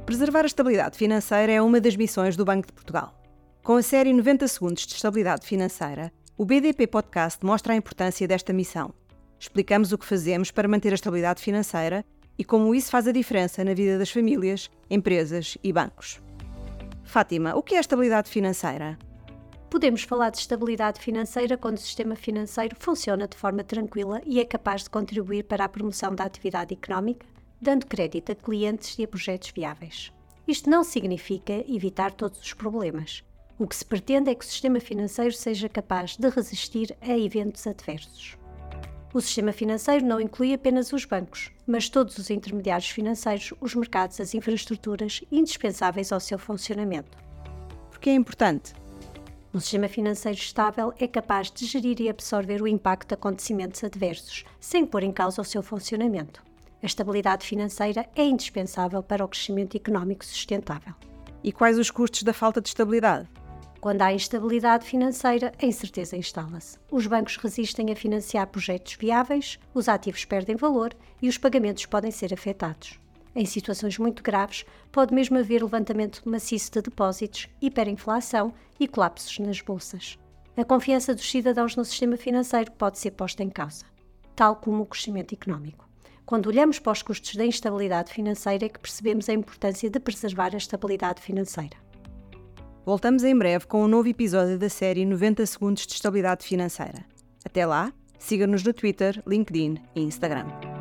Preservar a estabilidade financeira é uma das missões do Banco de Portugal. Com a série 90 Segundos de Estabilidade Financeira, o BDP Podcast mostra a importância desta missão. Explicamos o que fazemos para manter a estabilidade financeira e como isso faz a diferença na vida das famílias, empresas e bancos. Fátima, o que é a estabilidade financeira? Podemos falar de estabilidade financeira quando o sistema financeiro funciona de forma tranquila e é capaz de contribuir para a promoção da atividade económica, dando crédito a clientes e a projetos viáveis. Isto não significa evitar todos os problemas. O que se pretende é que o sistema financeiro seja capaz de resistir a eventos adversos. O sistema financeiro não inclui apenas os bancos, mas todos os intermediários financeiros, os mercados, as infraestruturas indispensáveis ao seu funcionamento. Por que é importante? Um sistema financeiro estável é capaz de gerir e absorver o impacto de acontecimentos adversos, sem pôr em causa o seu funcionamento. A estabilidade financeira é indispensável para o crescimento económico sustentável. E quais os custos da falta de estabilidade? Quando há instabilidade financeira, a incerteza instala-se. Os bancos resistem a financiar projetos viáveis, os ativos perdem valor e os pagamentos podem ser afetados. Em situações muito graves, pode mesmo haver levantamento maciço de depósitos, hiperinflação e colapsos nas bolsas. A confiança dos cidadãos no sistema financeiro pode ser posta em causa, tal como o crescimento económico. Quando olhamos para os custos da instabilidade financeira é que percebemos a importância de preservar a estabilidade financeira. Voltamos em breve com um novo episódio da série 90 Segundos de Estabilidade Financeira. Até lá, siga-nos no Twitter, LinkedIn e Instagram.